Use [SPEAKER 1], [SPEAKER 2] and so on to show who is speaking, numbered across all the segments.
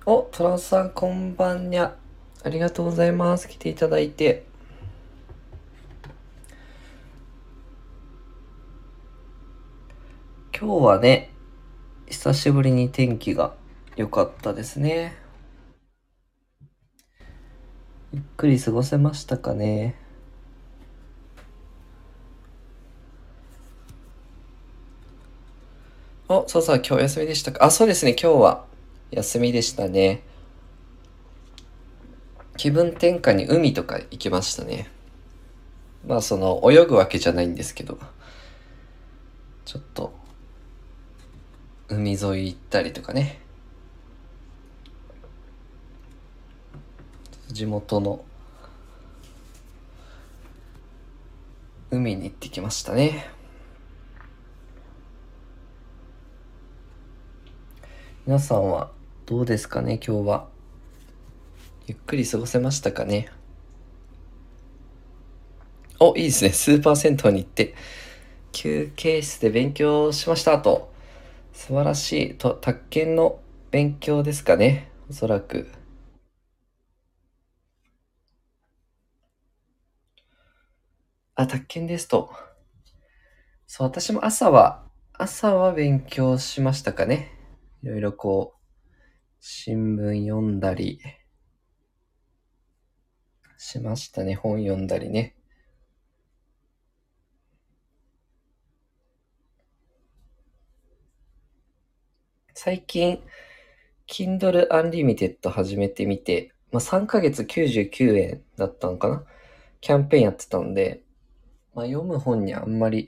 [SPEAKER 1] トランスさんこんばんにゃ。ありがとうございます。来ていただいて。今日はね、久しぶりに天気が良かったですね。ゆっくり過ごせましたかね。そうそう、今日休みでしたか。そうですね、今日は休みでしたね。気分転換に海とか行きましたね。泳ぐわけじゃないんですけど、ちょっと海沿い行ったりとかね。地元の海に行ってきましたね。皆さんはどうですかね、今日は。ゆっくり過ごせましたかね。いいですね。スーパー銭湯に行って、休憩室で勉強しましたと。素晴らしい。宅建の勉強ですかね。おそらく。宅建ですと。そう、私も朝は勉強しましたかね。いろいろ新聞読んだりしましたね。本読んだりね。最近、Kindle Unlimited 始めてみて、3ヶ月99円だったのかな。キャンペーンやってたんで、読む本にあんまり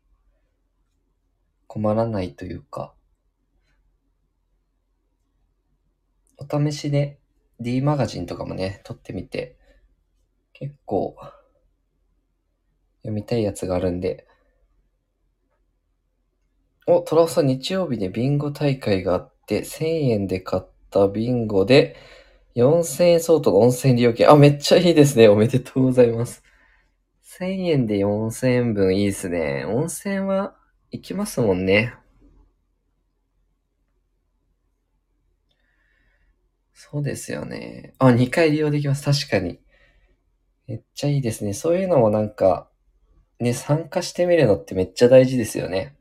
[SPEAKER 1] 困らないというか、お試しで D マガジンとかもね、撮ってみて、結構読みたいやつがあるんで、トラオさん日曜日でビンゴ大会があって、1000円で買ったビンゴで、4000円相当の温泉利用券。めっちゃいいですね。おめでとうございます。1000円で4000円分いいですね。温泉は行きますもんね。そうですよね。2回利用できます。確かに。めっちゃいいですね。そういうのもなんか、ね、参加してみるのってめっちゃ大事ですよね。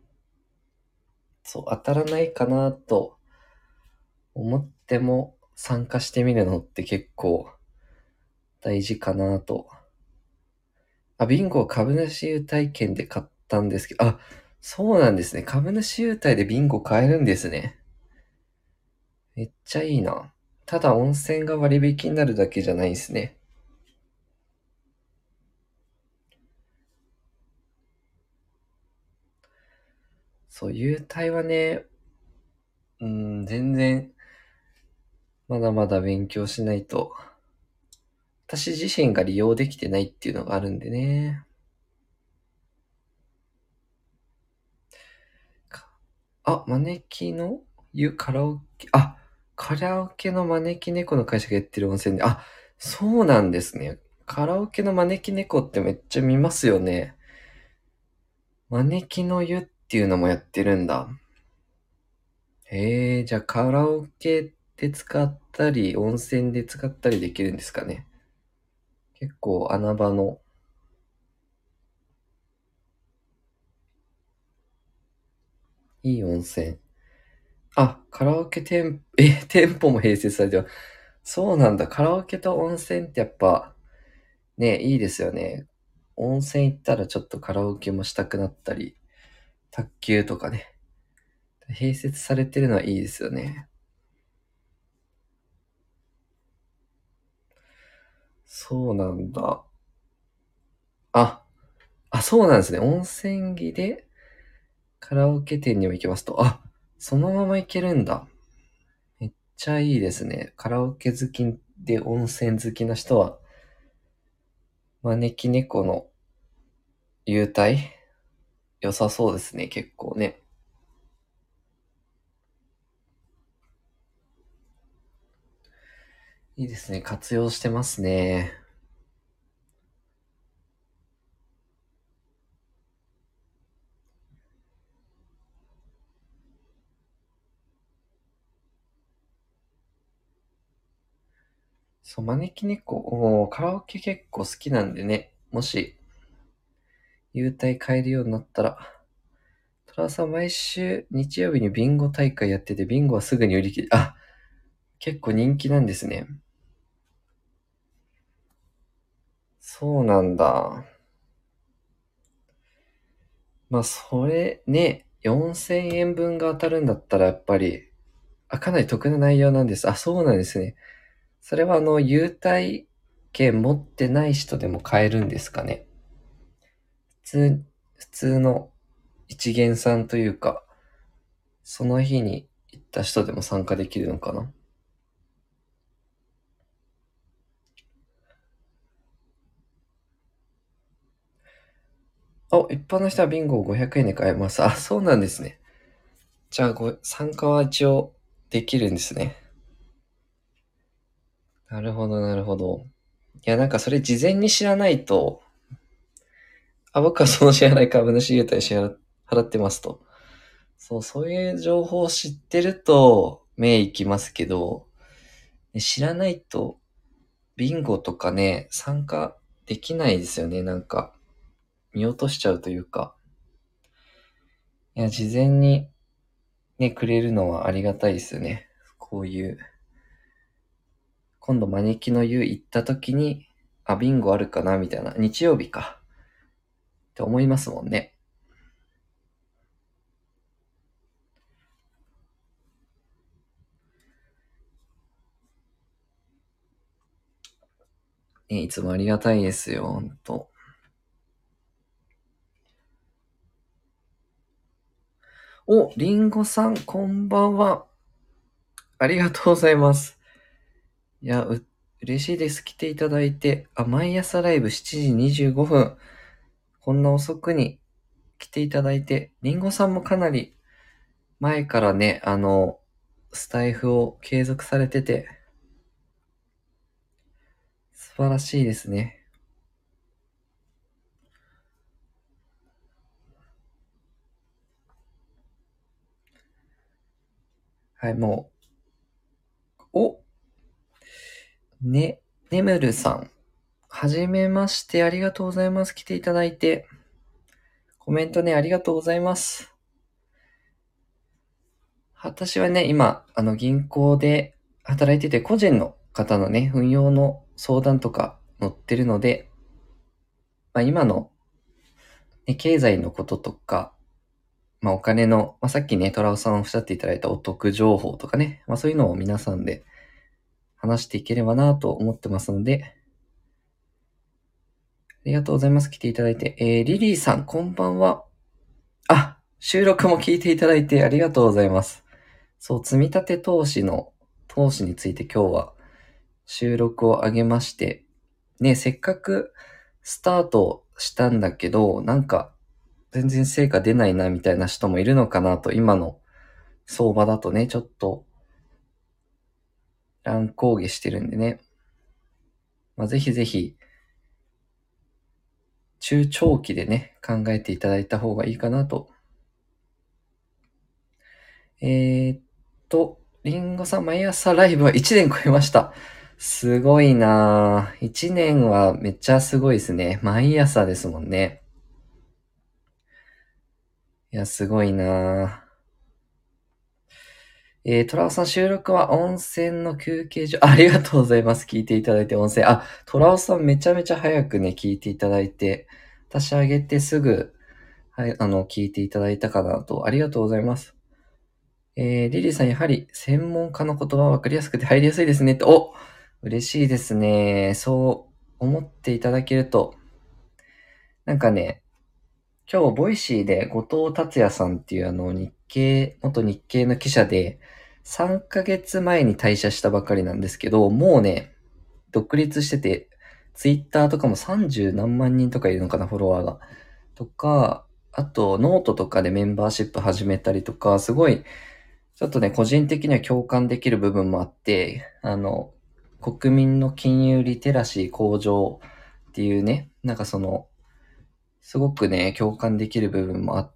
[SPEAKER 1] そう、当たらないかなと思っても参加してみるのって結構大事かなと。ビンゴ株主優待券で買ったんですけど、そうなんですね。株主優待でビンゴ買えるんですね。めっちゃいいな。ただ温泉が割引になるだけじゃないですね。そう、優待はね、全然まだまだ勉強しないと、私自身が利用できてないっていうのがあるんでね。招きのカラオケ、カラオケの招き猫の会社がやってる温泉で、そうなんですね。カラオケの招き猫ってめっちゃ見ますよね。招きの湯っていうのもやってるんだ。じゃあカラオケで使ったり、温泉で使ったりできるんですかね。結構穴場のいい温泉。カラオケ店、店舗も併設されてる。そうなんだ。カラオケと温泉ってやっぱ、ね、いいですよね。温泉行ったらちょっとカラオケもしたくなったり、卓球とかね。併設されてるのはいいですよね。そうなんだ。あ、そうなんですね。温泉着でカラオケ店にも行けますと。そのまま行けるんだ。めっちゃいいですね。カラオケ好きで温泉好きな人は、招き猫の優待良さそうですね。結構ね。いいですね。活用してますね。 そう、招き猫、カラオケ結構好きなんでね、もし、優待買えるようになったら、トラさん毎週日曜日にビンゴ大会やってて、ビンゴはすぐに売り切れ、結構人気なんですね。そうなんだ。まあ、それね、4000円分が当たるんだったら、やっぱり、かなり得な内容なんです。そうなんですね。それは優待券持ってない人でも買えるんですかね。普通の一元さんというか、その日に行った人でも参加できるのかな。一般の人はビンゴを500円で買えます。そうなんですね。じゃあ参加は一応できるんですね。なるほど、なるほど。いや、なんかそれ事前に知らないと、僕はその支払い株主優待払ってますと。そういう情報を知ってると、目いきますけど、知らないと、ビンゴとかね、参加できないですよね。なんか、見落としちゃうというか。いや、事前にね、くれるのはありがたいですよね。こういう。今度招きの湯行った時に、ビンゴあるかなみたいな。日曜日か。って思いますもんね。いつもありがたいですよ、ほんと。リンゴさん、こんばんは。ありがとうございます。いや、嬉しいです。来ていただいて。毎朝ライブ7時25分。こんな遅くに来ていただいて。リンゴさんもかなり前からね、スタイフを継続されてて、素晴らしいですね。はい、もう、ねむるさん。はじめまして、ありがとうございます。来ていただいて。コメントね、ありがとうございます。私はね、今、銀行で働いてて、個人の方のね、運用の相談とか載ってるので、今の、ね、経済のこととか、お金の、さっきね、トラオさんおっしゃっていただいたお得情報とかね、そういうのを皆さんで話していければなと思ってますので、ありがとうございます。来ていただいて。リリーさん、こんばんは。収録も聞いていただいてありがとうございます。そう、積み立て投資の投資について今日は収録を上げまして、ね、せっかくスタートしたんだけど、なんか全然成果出ないなみたいな人もいるのかなと、今の相場だとね、ちょっと乱高下してるんでね。ぜひぜひ、中長期でね、考えていただいた方がいいかなと。リンゴさん、毎朝ライブは1年超えました。すごいなぁ。1年はめっちゃすごいですね。毎朝ですもんね。いや、すごいなぁ。トラオさん収録は温泉の休憩所。ありがとうございます。聞いていただいて温泉。トラオさんめちゃめちゃ早くね、聞いていただいて、私あげてすぐ、はい、聞いていただいたかなと。ありがとうございます。リリーさん、やはり専門家の言葉は分かりやすくて入りやすいですねって。嬉しいですね。そう思っていただけると。なんかね、今日、ボイシーで後藤達也さんっていう元日経の記者で、3ヶ月前に退社したばかりなんですけど、もうね、独立してて、ツイッターとかも30何万人とかいるのかな、フォロワーが。とか、あと、ノートとかでメンバーシップ始めたりとか、すごい、ちょっとね、個人的には共感できる部分もあって、国民の金融リテラシー向上っていうね、なんかすごくね、共感できる部分もあって、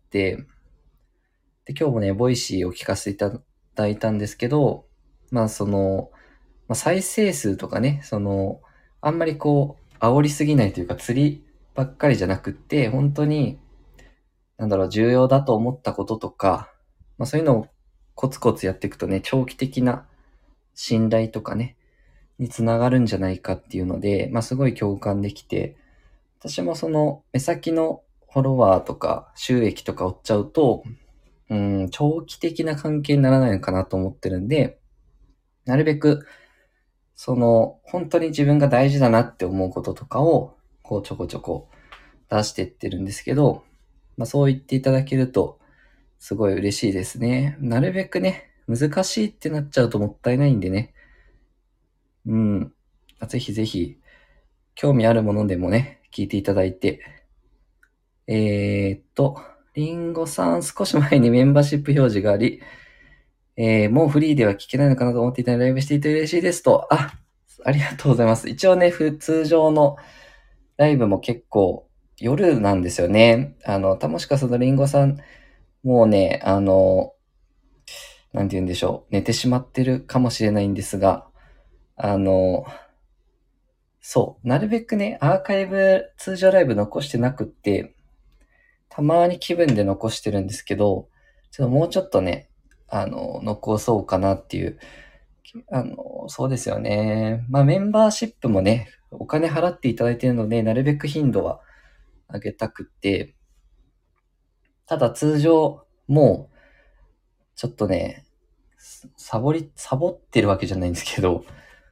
[SPEAKER 1] で、今日もね、ボイシーを聞かせていただいたんですけど、まあその、 再生数とかね、あんまり煽りすぎないというか、釣りばっかりじゃなくって、本当に、重要だと思ったこととか、そういうのをコツコツやっていくとね、長期的な信頼とかね、につながるんじゃないかっていうので、すごい共感できて、私も目先のフォロワーとか収益とか追っちゃうと、長期的な関係にならないのかなと思ってるんで、なるべく、本当に自分が大事だなって思うこととかを、ちょこちょこ出していってるんですけど、そう言っていただけると、すごい嬉しいですね。なるべくね、難しいってなっちゃうともったいないんでね。うん。ぜひぜひ、興味あるものでもね、聞いていただいて。リンゴさん、少し前にメンバーシップ表示があり、もうフリーでは聞けないのかなと思っていたのでライブしていて嬉しいですと。ありがとうございます。一応ね、通常のライブも結構夜なんですよね。もしかするとリンゴさん、もうね、なんて言うんでしょう。寝てしまってるかもしれないんですが、あの、そう、なるべくね、アーカイブ、通常ライブ残してなくって、たまに気分で残してるんですけど、もうちょっとね、残そうかなっていう、そうですよね。メンバーシップもね、お金払っていただいているので、なるべく頻度は上げたくって、ただ通常、もう、ちょっとね、サボってるわけじゃないんですけど、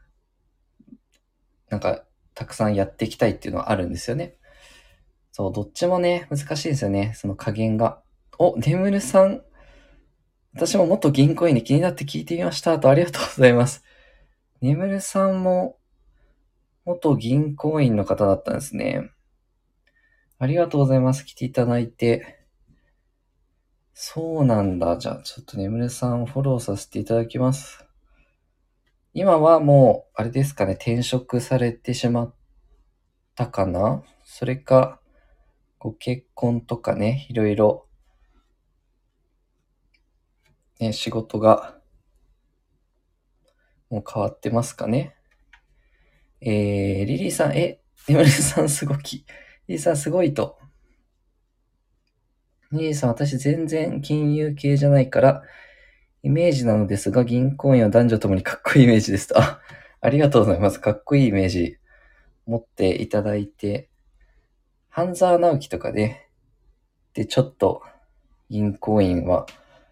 [SPEAKER 1] たくさんやっていきたいっていうのはあるんですよね。そう、どっちもね、難しいですよね。その加減が。ネムルさん、私も元銀行員で気になって聞いてみましたと、ありがとうございます。ネムルさんも元銀行員の方だったんですね。ありがとうございます。来ていただいて。そうなんだ。じゃあ、ちょっとネムルさんをフォローさせていただきます。今はもう、あれですかね、転職されてしまったかな。それか、ご結婚とかね、いろいろ、ね、仕事がもう変わってますかね。リリーさん、ネムルさんすごき。リリーさんすごいと。リリーさん、私全然金融系じゃないから、イメージなのですが、銀行員は男女ともにかっこいいイメージですと。ありがとうございます。かっこいいイメージ持っていただいて、半沢直樹とかね、で、ちょっと銀行員は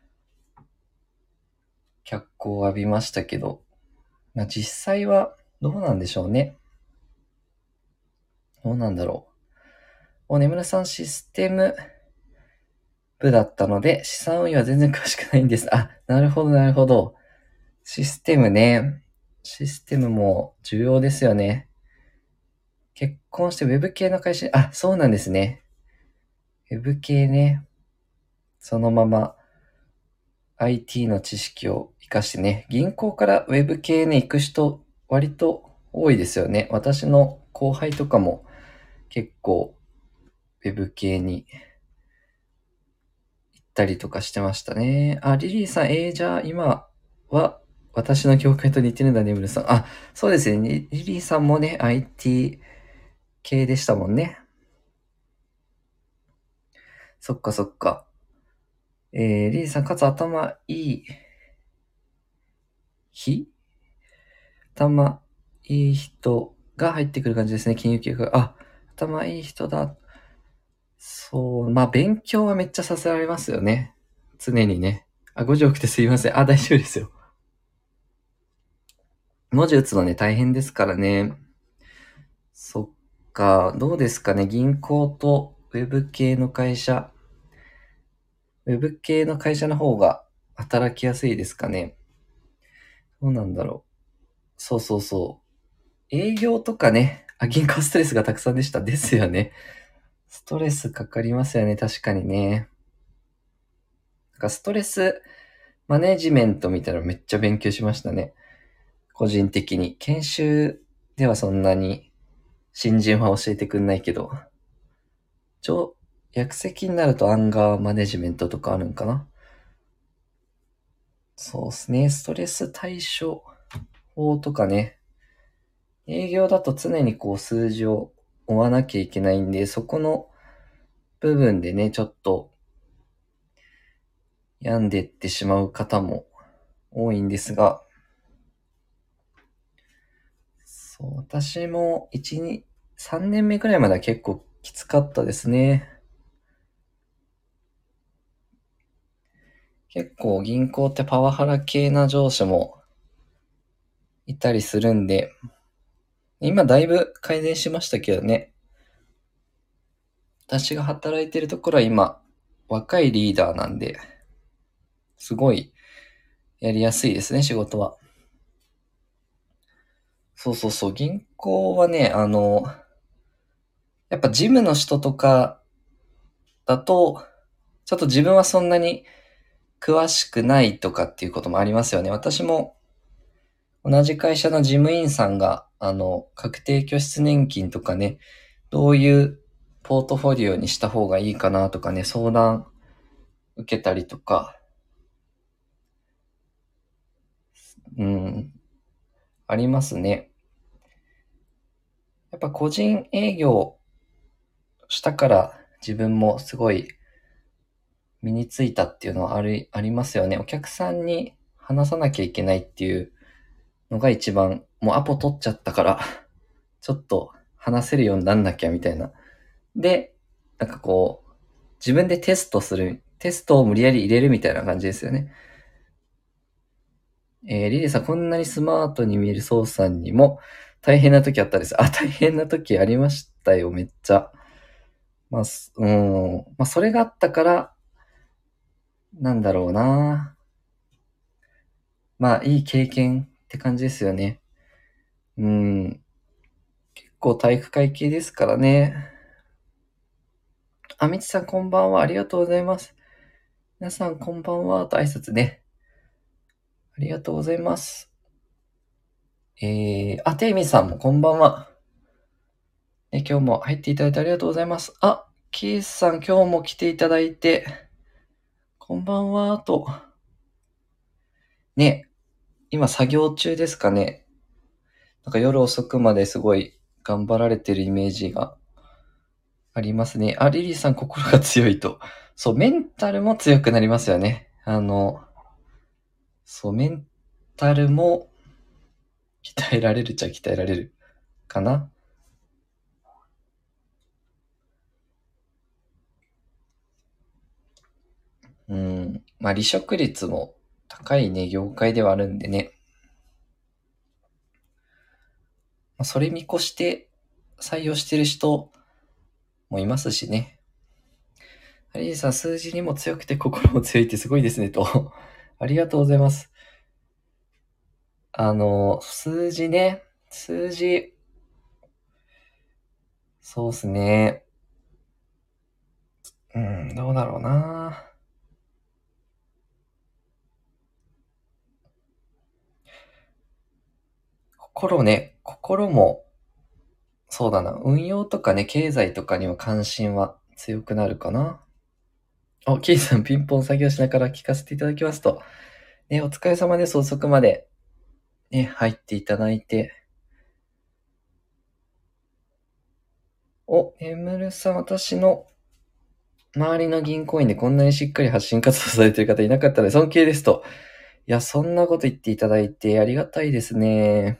[SPEAKER 1] 脚光を浴びましたけど、実際はどうなんでしょうね。どうなんだろう。眠村さんシステム部だったので、資産運用は全然詳しくないんです。なるほど、なるほど。システムね。システムも重要ですよね。結婚してウェブ系の会社そうなんですね。ウェブ系ね。そのまま IT の知識を活かしてね。銀行からウェブ系に行く人割と多いですよね。私の後輩とかも結構ウェブ系に行ったりとかしてましたね。リリーさん、じゃあ今は私の業界と似てるんだね、ムルさん。そうですね。リリーさんもね、IT 系でしたもんね。そっかそっか。リリーさん、かつ頭いい頭いい人が入ってくる感じですね、金融系が。頭いい人だ。そう、勉強はめっちゃさせられますよね。常にね。5時起きてすいません。大丈夫ですよ。文字打つのね、大変ですからね。そっか、どうですかね。銀行とウェブ系の会社。ウェブ系の会社の方が働きやすいですかね。どうなんだろう。そうそうそう。営業とかね。銀行ストレスがたくさんでした。ですよね。ストレスかかりますよね。確かにね。ストレスマネジメントみたいなのめっちゃ勉強しましたね。個人的に。研修ではそんなに新人は教えてくんないけど、薬石になるとアンガーマネジメントとかあるんかな。そうですね。ストレス対処報とかね、営業だと常にこう数字を追わなきゃいけないんで、そこの部分でね、ちょっと病んでってしまう方も多いんですが、そう、私も1、2、3年目くらいまでは結構きつかったですね。結構銀行ってパワハラ系な上司もいたりするんで、今だいぶ改善しましたけどね。私が働いてるところは今、若いリーダーなんで、すごいやりやすいですね、仕事は。そうそうそう、銀行はね、やっぱ事務の人とかだと、ちょっと自分はそんなに詳しくないとかっていうこともありますよね。私も同じ会社の事務員さんが、確定拠出年金とかね、どういうポートフォリオにした方がいいかなとかね、相談受けたりとか、うん、ありますね。やっぱ個人営業したから自分もすごい身についたっていうのはありますよね。お客さんに話さなきゃいけないっていうのが一番、もうアポ取っちゃったから、ちょっと話せるようになんなきゃみたいな。で、なんかこう、自分でテストする、テストを無理やり入れるみたいな感じですよね。リリーさん、こんなにスマートに見えるソウさんにも大変な時あったです。あ、大変な時ありましたよ、めっちゃ。まあ、まあ、それがあったから、なんだろうな。まあ、いい経験って感じですよね。うん。結構体育会系ですからね。あみちさん、こんばんは。ありがとうございます。皆さん、こんばんは。と挨拶ね。ありがとうございます。テイミさんもこんばんは。今日も入っていただいてありがとうございます。あ、キースさん今日も来ていただいて、こんばんは、と。ね、今作業中ですかね。なんか夜遅くまですごい頑張られてるイメージがありますね。あ、リリーさん心が強いと。そう、メンタルも強くなりますよね。そう、メンタルも鍛えられるっちゃ鍛えられるかな。うん。まあ、離職率も高いね、業界ではあるんでね。まあ、それ見越して採用してる人もいますしね。ハリーさん、数字にも強くて心も強いってすごいですね、と。ありがとうございます。数字ね。数字、そうっすね。うん、どうだろうな。心ね、心も、そうだな。運用とかね、経済とかには関心は強くなるかな。キーさん、ピンポン作業しながら聞かせていただきますと。ね、お疲れ様です。遅くまで。ね、入っていただいて。エムルさん、私の周りの銀行員でこんなにしっかり発信活動されている方いなかったので尊敬ですと。いや、そんなこと言っていただいてありがたいですね。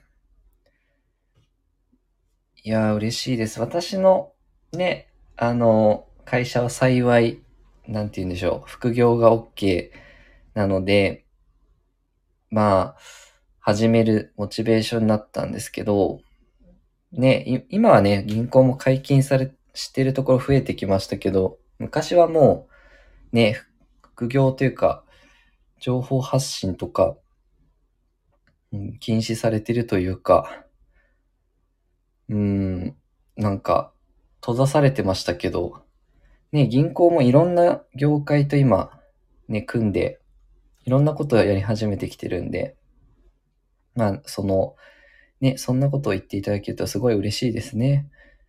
[SPEAKER 1] いや、嬉しいです。私のね、会社は幸い、なんて言うんでしょう、副業が OK なので、まあ、始めるモチベーションになったんですけど、ね、今はね、銀行も解禁してるところ増えてきましたけど、昔はもう、ね、副業というか、情報発信とか、禁止されてるというか、うーん、なんか、閉ざされてましたけど、ね、銀行もいろんな業界と今、ね、組んで、いろんなことをやり始めてきてるんで、まあ、ね、そんなことを言っていただけるとすごい嬉しいですね。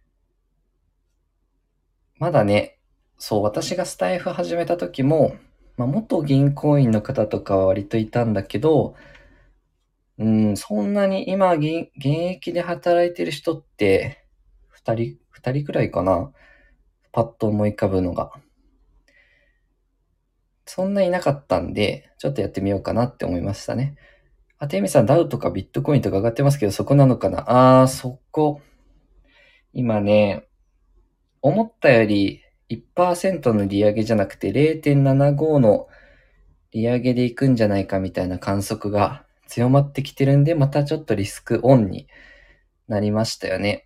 [SPEAKER 1] まだね、そう、私がスタイフ始めた時も、まあ、元銀行員の方とかは割といたんだけど、 そんなに今現役で働いてる人って二人くらいかな。パッと思い浮かぶのが。そんないなかったんで、ちょっとやってみようかなって思いましたね。テミさん、ダウとかビットコインとか上がってますけど、そこなのかな。そこ。今ね、思ったより1%の利上げじゃなくて0.75の利上げでいくんじゃないかみたいな観測が強まってきてるんで、またちょっとリスクオンになりましたよね。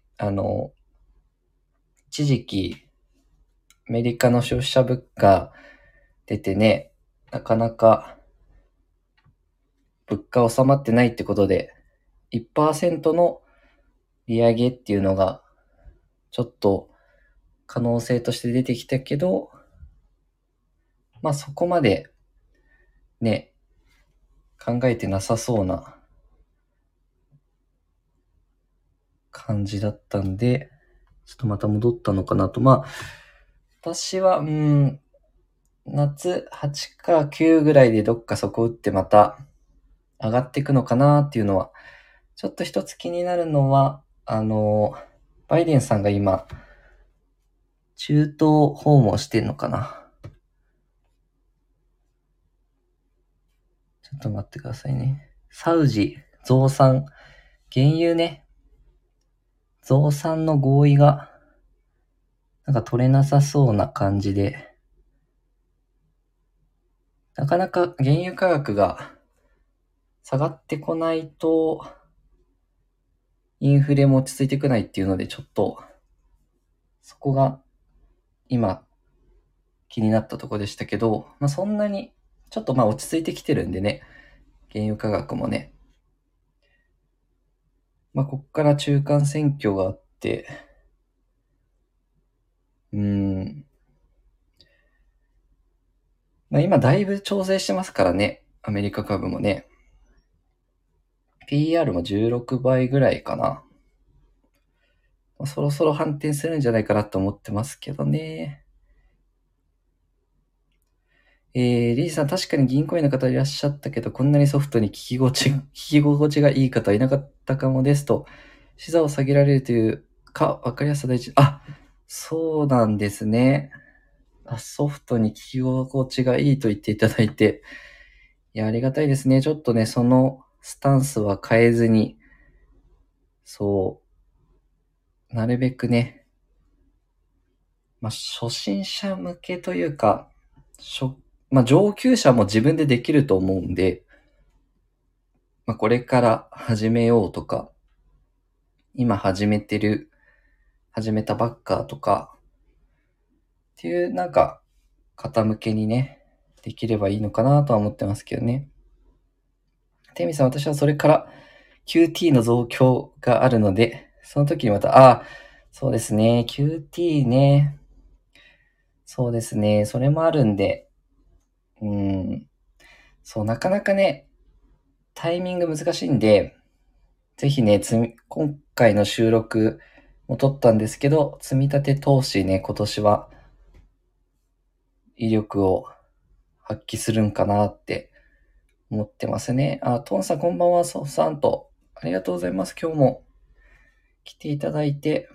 [SPEAKER 1] 一時期、アメリカの消費者物価出てね、なかなか物価収まってないってことで、1%の利上げっていうのが、ちょっと可能性として出てきたけど、まあそこまでね、考えてなさそうな感じだったんで、ちょっとまた戻ったのかなと。まあ、私は、夏8か9ぐらいでどっかそこ打ってまた上がっていくのかなっていうのは、ちょっと一つ気になるのは、バイデンさんが今、中東訪問してんのかな。ちょっと待ってくださいね。サウジ増産、原油ね、増産の合意が、なんか取れなさそうな感じで、なかなか原油価格が下がってこないと、インフレも落ち着いてこないっていうので、ちょっと、そこが今気になったところでしたけど、まあそんなに、ちょっとまあ落ち着いてきてるんでね、原油価格もね。まあこっから中間選挙があって、まあ今だいぶ調整してますからね、アメリカ株もね。PR も16倍ぐらいかな。そろそろ反転するんじゃないかなと思ってますけどね。リーさん、確かに銀行員の方いらっしゃったけど、こんなにソフトに聞き心地がいい方はいなかったかもですと、視座を下げられるというか、わかりやすさ大事。そうなんですね。ソフトに聞き心地がいいと言っていただいて、いや、ありがたいですね。ちょっとね、そのスタンスは変えずに、そう、なるべくね、まあ、初心者向けというか、まあ、上級者も自分でできると思うんで、まあ、これから始めようとか、今始めたばっかとか、っていうなんか、方向けにね、できればいいのかなとは思ってますけどね。テミさん、私はそれから QT の増強があるので、その時にまた、そうですね、QT ね、そうですね、それもあるんで、そう、なかなかね、タイミング難しいんで、ぜひね、今回の収録も撮ったんですけど、積み立て投資ね、今年は威力を発揮するんかなって思ってますね。トンさんこんばんは、ソフさんと。ありがとうございます。今日も来ていただいて。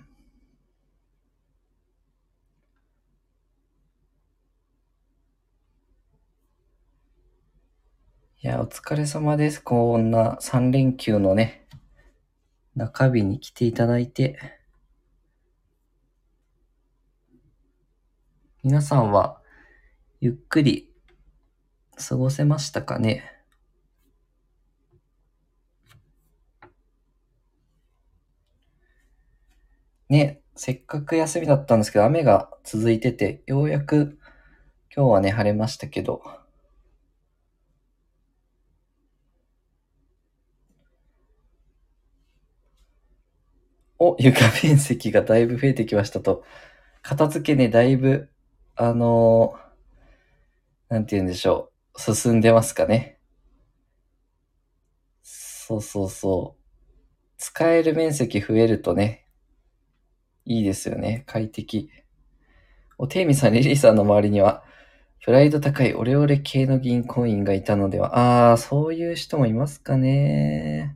[SPEAKER 1] いや、お疲れ様です。こんな3連休のね、中日に来ていただいて。皆さんはゆっくり過ごせましたかね。ね、せっかく休みだったんですけど、雨が続いてて、ようやく今日はね、晴れましたけど。床面積がだいぶ増えてきましたと。片付けね、だいぶ、なんて言うんでしょう。進んでますかね。そうそうそう。使える面積増えるとね、いいですよね。快適。テイミさん、リリーさんの周りには、 プライド高いオレオレ系の銀行員がいたのでは。そういう人もいますかね。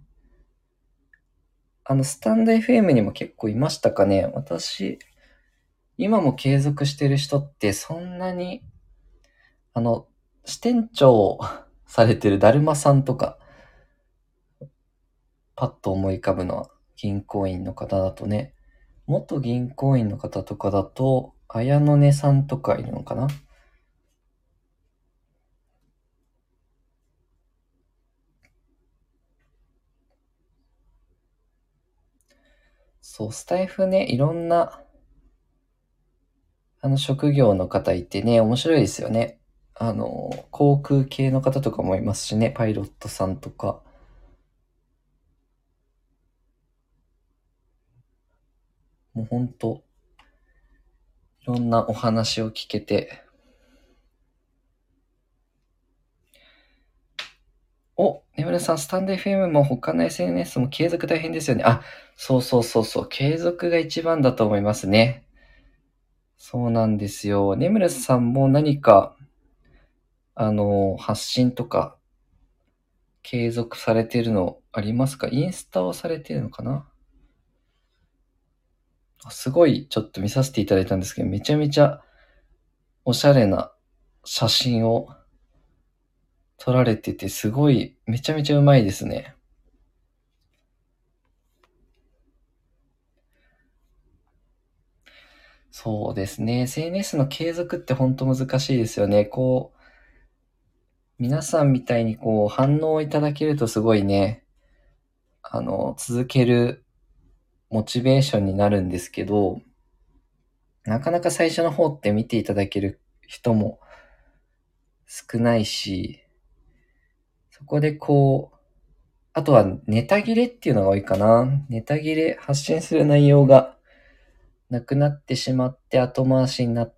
[SPEAKER 1] スタンド FM にも結構いましたかね。私、今も継続してる人ってそんなに、支店長されてるだるまさんとか、パッと思い浮かぶのは銀行員の方だとね、元銀行員の方とかだと、綾野根さんとかいるのかな。そう、スタイフね、いろんな、職業の方いてね、面白いですよね。航空系の方とかもいますしね、パイロットさんとか。もうほんと、いろんなお話を聞けて。眠るさん、スタンド FM も他の SNS も継続大変ですよね。そうそうそうそう、継続が一番だと思いますね。そうなんですよ。眠るさんも何か、発信とか継続されてるのありますか？インスタをされてるのかな？すごい、ちょっと見させていただいたんですけど、めちゃめちゃおしゃれな写真を撮られてて、すごい、めちゃめちゃうまいですね。そうですね。SNS の継続って本当難しいですよね。皆さんみたいに反応をいただけるとすごいね、続けるモチベーションになるんですけど、なかなか最初の方って見ていただける人も少ないし、そこであとはネタ切れっていうのが多いかな。ネタ切れ、発信する内容がなくなってしまって後回しになって、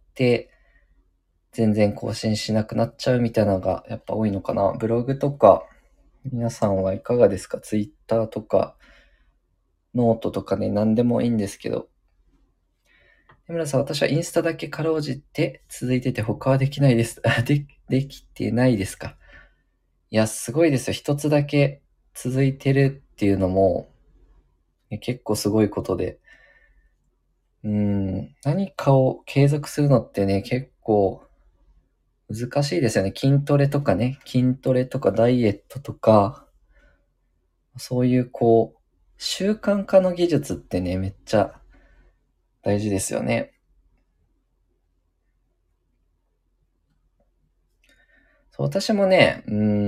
[SPEAKER 1] 全然更新しなくなっちゃうみたいなのがやっぱ多いのかな。ブログとか、皆さんはいかがですか？ツイッターとか、ノートとかね、何でもいいんですけど。田村さん、私はインスタだけかろうじて続いてて他はできないです。できてないですか？いや、すごいですよ。一つだけ続いてるっていうのも、結構すごいことで。何かを継続するのってね、結構難しいですよね。筋トレとかね、筋トレとかダイエットとか、そういう習慣化の技術ってね、めっちゃ大事ですよね。そう、私もね、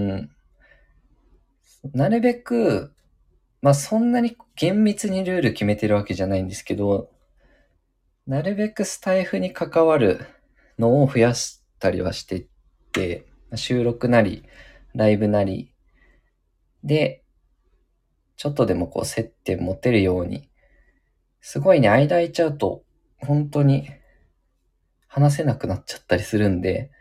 [SPEAKER 1] なるべく、そんなに厳密にルール決めてるわけじゃないんですけど、なるべくスタイフに関わるのを増やしたりはしてって、収録なり、ライブなり、で、ちょっとでも接点持てるように、すごいね、間空いちゃうと、本当に話せなくなっちゃったりするんで、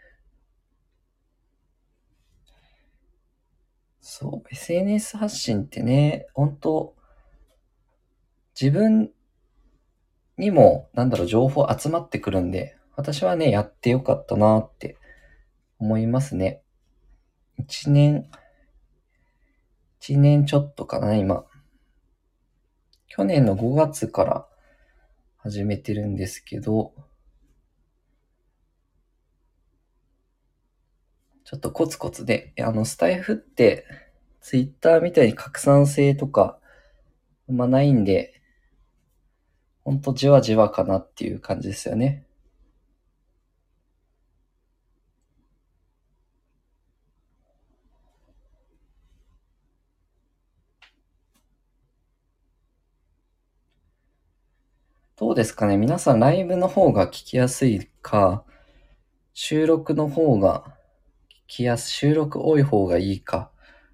[SPEAKER 1] そう、SNS 発信ってね、本当自分にも、情報集まってくるんで、私はね、やってよかったなって思いますね。一年、一年ちょっとかな、今。去年の5月から始めてるんですけど、ちょっとコツコツで、スタイフって、ツイッターみたいに拡散性とか、ないんで、ほんとじわじわかなっていう感じですよね。どうですかね？皆さんライブの方が聞きやすいか、収録の方が収録多い方がいいか。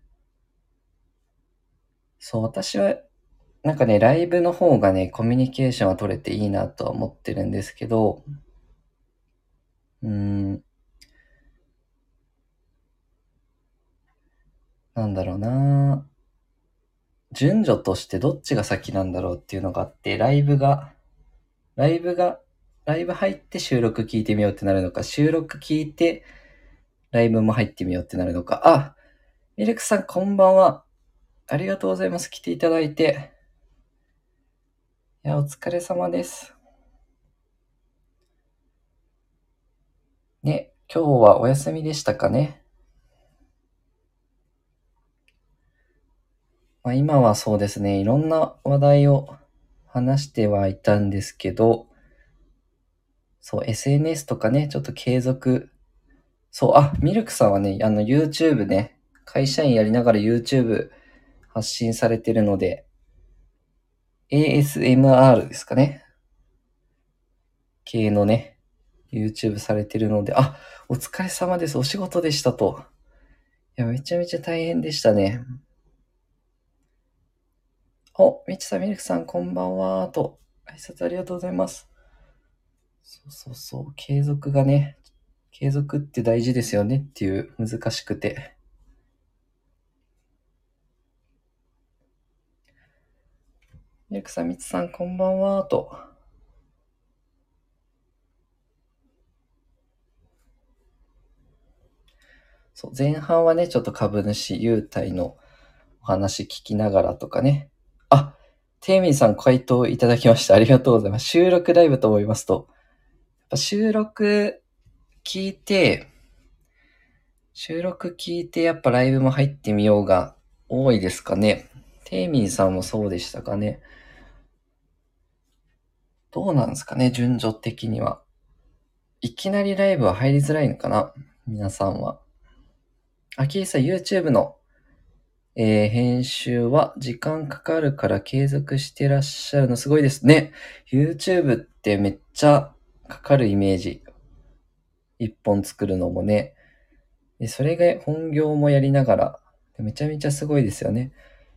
[SPEAKER 1] そう、私はライブの方がね、コミュニケーションは取れていいなとは思ってるんですけど、うーん、なんだろうな。順序としてどっちが先なんだろうっていうのがあって、ライブがライブ入って収録聞いてみようってなるのか、収録聞いてライブも入ってみようってなるのか。あ、ミルクさんこんばんは。ありがとうございます。来ていただいて。いや、お疲れ様です。ね、今日はお休みでしたかね。まあ、今はそうですね、いろんな話題を話してはいたんですけど、そう、SNS とかね、ちょっと継続。そう、ミルクさんはね、YouTube ね、会社員やりながら YouTube 発信されてるので、ASMR ですかね。系のね、YouTube されてるので、お疲れ様です。お仕事でしたと。いや、めちゃめちゃ大変でしたね。みちさん、ミルクさん、こんばんは。と、挨拶ありがとうございます。そうそうそう、継続がね、継続って大事ですよねっていう難しくて。ミルクさん、みちさん、こんばんは。と。そう、前半はね、ちょっと株主優待のお話聞きながらとかね。テイミーさん回答いただきました。ありがとうございます。収録ライブと思いますと。やっぱ収録聞いてやっぱライブも入ってみようが多いですかね。テイミーさんもそうでしたかね。どうなんですかね、順序的には。いきなりライブは入りづらいのかな、皆さんは。キーさん YouTube の、編集は時間かかるから継続してらっしゃるのすごいですね。YouTube ってめっちゃかかるイメージ。一本作るのもね。で、それが本業もやりながら、めちゃめちゃすごいですよね。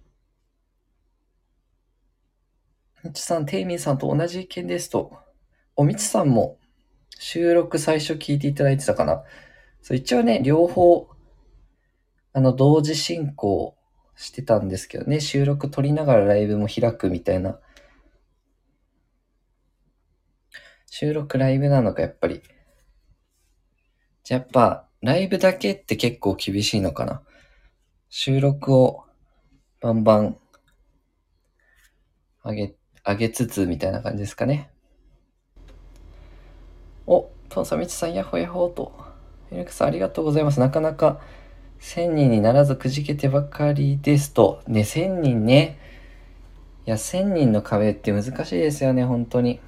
[SPEAKER 1] みちさん、テイミンさんと同じ意見ですと。みちさんも収録最初聞いていただいてたかな。そう、一応ね、両方、同時進行してたんですけどね、収録撮りながらライブも開くみたいな。収録ライブなのか、やっぱり。じゃあやっぱ、ライブだけって結構厳しいのかな。収録をバンバン上げつつみたいな感じですかね。トンサミチさん、ヤッホーヤッホーと。ミルクさん、ありがとうございます。なかなか1000人にならずくじけてばかりですと。ね、1000人ね。いや、1000人の壁って難しいですよね、本当に。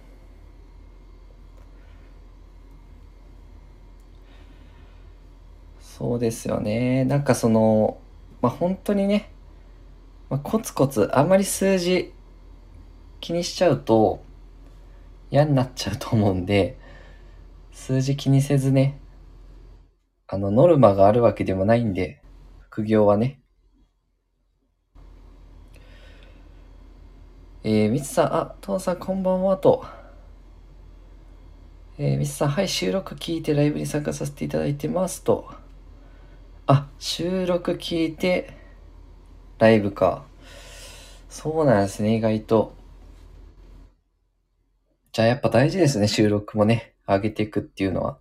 [SPEAKER 1] そうですよね。なんか本当にね、コツコツ、あんまり数字気にしちゃうと嫌になっちゃうと思うんで、数字気にせずね、ノルマがあるわけでもないんで、副業はね。みつさん、父さんこんばんはと。みつさん、はい、収録聞いてライブに参加させていただいてますと。収録聞いてライブか。そうなんですね、意外と。じゃあやっぱ大事ですね、収録もね、上げていくっていうのは。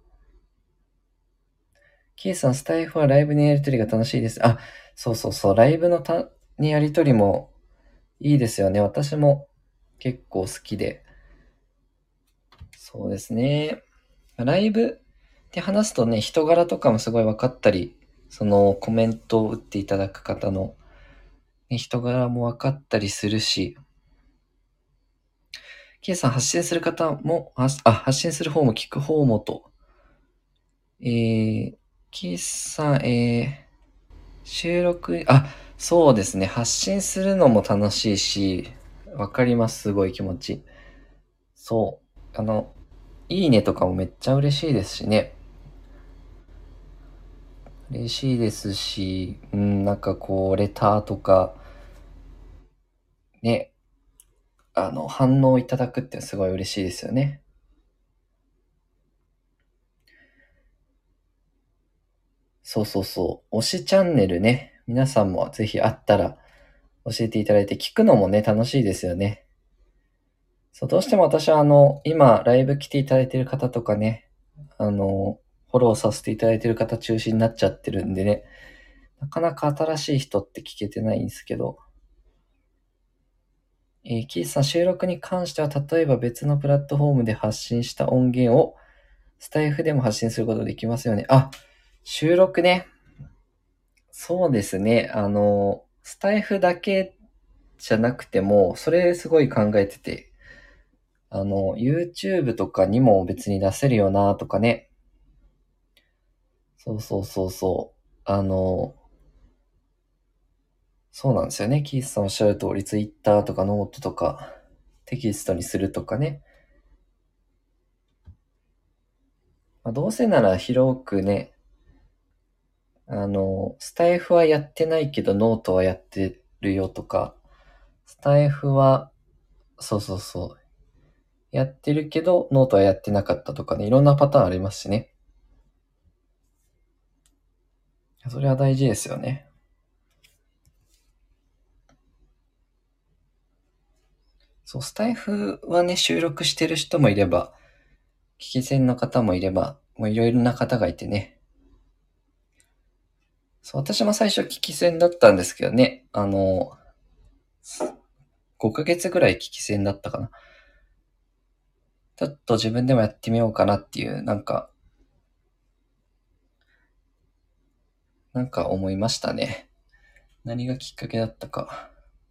[SPEAKER 1] ケイさん、スタイフはライブのやりとりが楽しいです。そうそうそう、ライブのにやりとりもいいですよね。私も結構好きで。そうですね。ライブで話すとね、人柄とかもすごい分かったり、そのコメントを打っていただく方の、ね、人柄も分かったりするし、ケイさん発信する方も、発信する方も聞く方もと。えケイさん、収録、そうですね。発信するのも楽しいし、わかります。すごい気持ち。そう。いいねとかもめっちゃ嬉しいですしね。嬉しいですし、なんかこう、レターとか、ね、反応いただくってすごい嬉しいですよね。そうそうそう。推しチャンネルね。皆さんもぜひあったら教えていただいて、聞くのもね、楽しいですよね。 そう、どうしても私は今、ライブ来ていただいている方とかね、フォローさせていただいている方中心になっちゃってるんでね、なかなか新しい人って聞けてないんですけど、キースさん、収録に関しては、例えば別のプラットフォームで発信した音源を、スタイフでも発信することできますよね。あ、収録ね。そうですね。スタイフだけじゃなくても、それすごい考えてて、YouTube とかにも別に出せるよなとかね。そうそうそうそう。そうなんですよね。キースさんおっしゃる通り、Twitter とかノートとか、テキストにするとかね。まあ、どうせなら広くね、スタイフはやってないけどノートはやってるよとか、スタイフは、そうそうそう、やってるけどノートはやってなかったとかね、いろんなパターンありますしね。それは大事ですよね。そう、スタイフはね、収録してる人もいれば、聞き戦の方もいれば、もういろいろな方がいてね。そう、私も最初聞き戦だったんですけどね、5ヶ月ぐらい聞き戦だったかな。ちょっと自分でもやってみようかなっていう、なんか思いましたね。何がきっかけだったか。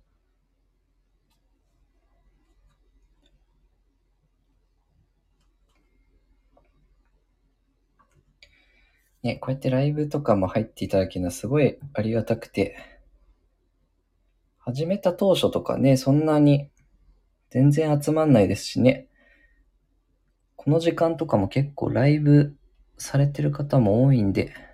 [SPEAKER 1] ね、こうやってライブとかも入っていただけるのはすごいありがたくて、始めた当初とかね、そんなに全然集まんないですしね。この時間とかも結構ライブされてる方も多いんで、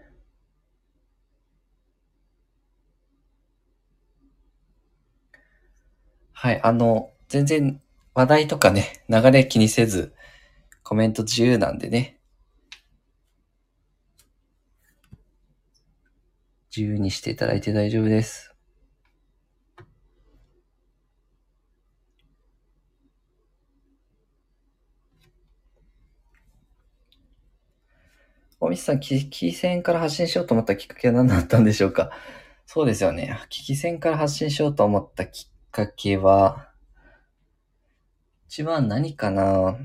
[SPEAKER 1] はい、全然話題とかね、流れ気にせず、コメント自由なんでね、自由にしていただいて大丈夫です。大西さん、聞き戦から発信しようと思ったきっかけは何だったんでしょうか？そうですよね。聞き戦から発信しようと思ったきっかけは、一番何かな。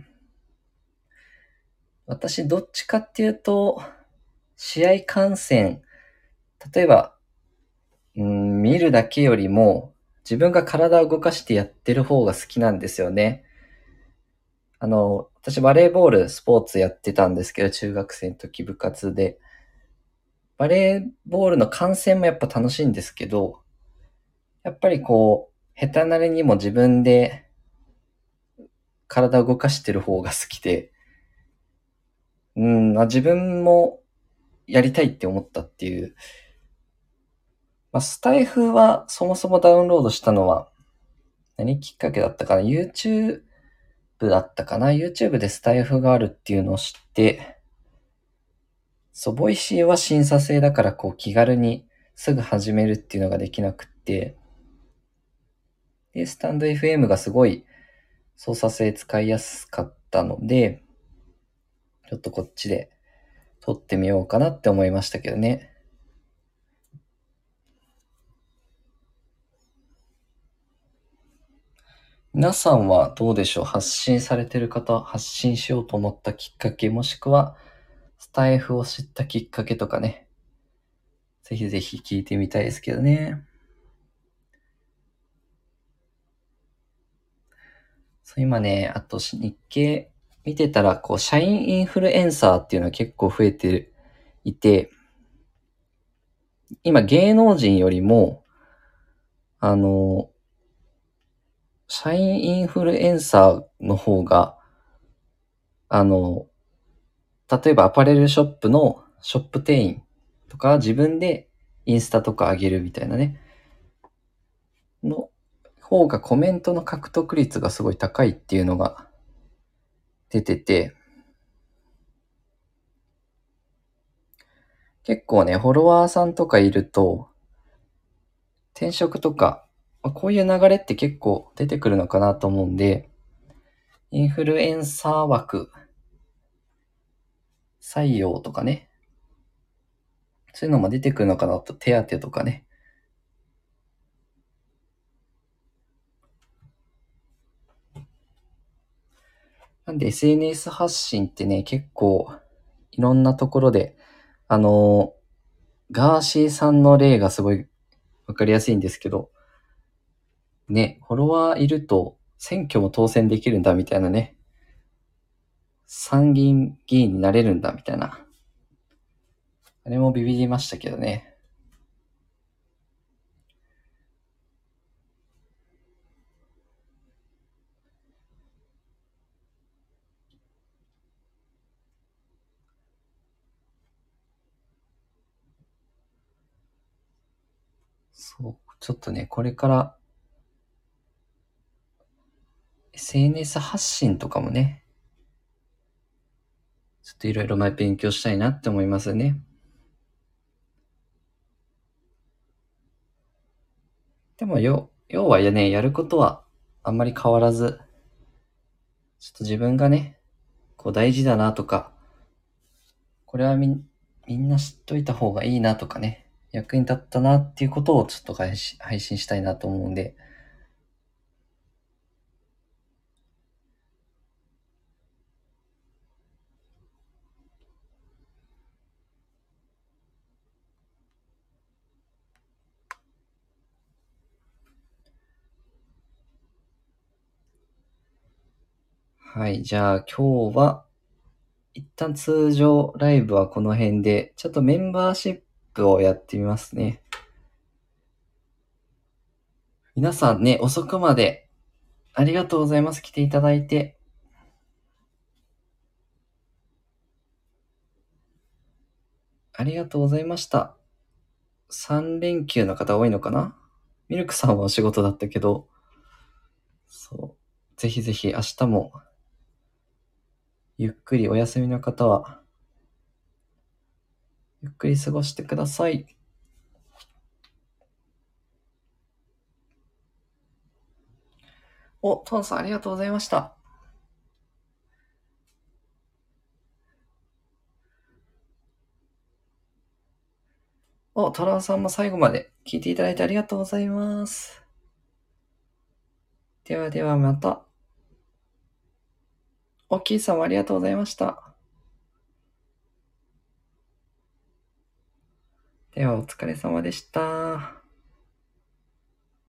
[SPEAKER 1] 私、どっちかっていうと、試合観戦、例えば、見るだけよりも、自分が体を動かしてやってる方が好きなんですよね。私バレーボール、スポーツやってたんですけど、中学生の時部活で。バレーボールの観戦もやっぱ楽しいんですけど、やっぱりこう、下手なりにも自分で体を動かしてる方が好きで、自分もやりたいって思ったっていう。まあ、スタイフはそもそもダウンロードしたのは何きっかけだったかな？ YouTube だったかな？ YouTube でスタイフがあるっていうのを知って、そう、ボイシーは審査制だからこう気軽にすぐ始めるっていうのができなくって、で、スタンド FM がすごい操作性使いやすかったので、ちょっとこっちで撮ってみようかなって思いましたけどね。皆さんはどうでしょう？発信されてる方、発信しようと思ったきっかけ、もしくは、スタイフを知ったきっかけとかね。ぜひぜひ聞いてみたいですけどね。そう今ね、あと日経見てたら、こう、社員インフルエンサーっていうのは結構増えていて、今芸能人よりも、あの、社員インフルエンサーの方が、あの、例えばアパレルショップのショップ店員とか自分でインスタとか上げるみたいなね、の方がコメントの獲得率がすごい高いっていうのが出てて、結構ね、フォロワーさんとかいると、転職とか、こういう流れって結構出てくるのかなと思うんで、 インフルエンサー枠採用とかね。そういうのも出てくるのかなと、手当とかね。なんで SNS 発信ってね、結構いろんなところで、ガーシーさんの例がすごいわかりやすいんですけど、ね、フォロワーいると選挙も当選できるんだみたいなね、参議院議員になれるんだみたいな。あれもビビりましたけどね。そう、ちょっとね、これから SNS 発信とかもね、ちょっといろいろ勉強したいなって思いますね。でも要はね、やることはあんまり変わらず、ちょっと自分がね、こう大事だなとか、これはみんな知っといた方がいいなとかね、役に立ったなっていうことをちょっと配信したいなと思うんで、はい、じゃあ今日は一旦通常ライブはこの辺で、ちょっとメンバーシップをやってみますね。皆さんね、遅くまでありがとうございます。来ていただいて。ありがとうございました。3連休の方多いのかな。ミルクさんはお仕事だったけど、そう。ぜひぜひ明日もゆっくりお休みの方は、ゆっくり過ごしてください。お、トンさんありがとうございました。お、トラオさんも最後まで聞いていただいてありがとうございます。ではではまた。お、キーさんもありがとうございました。ではお疲れ様でした。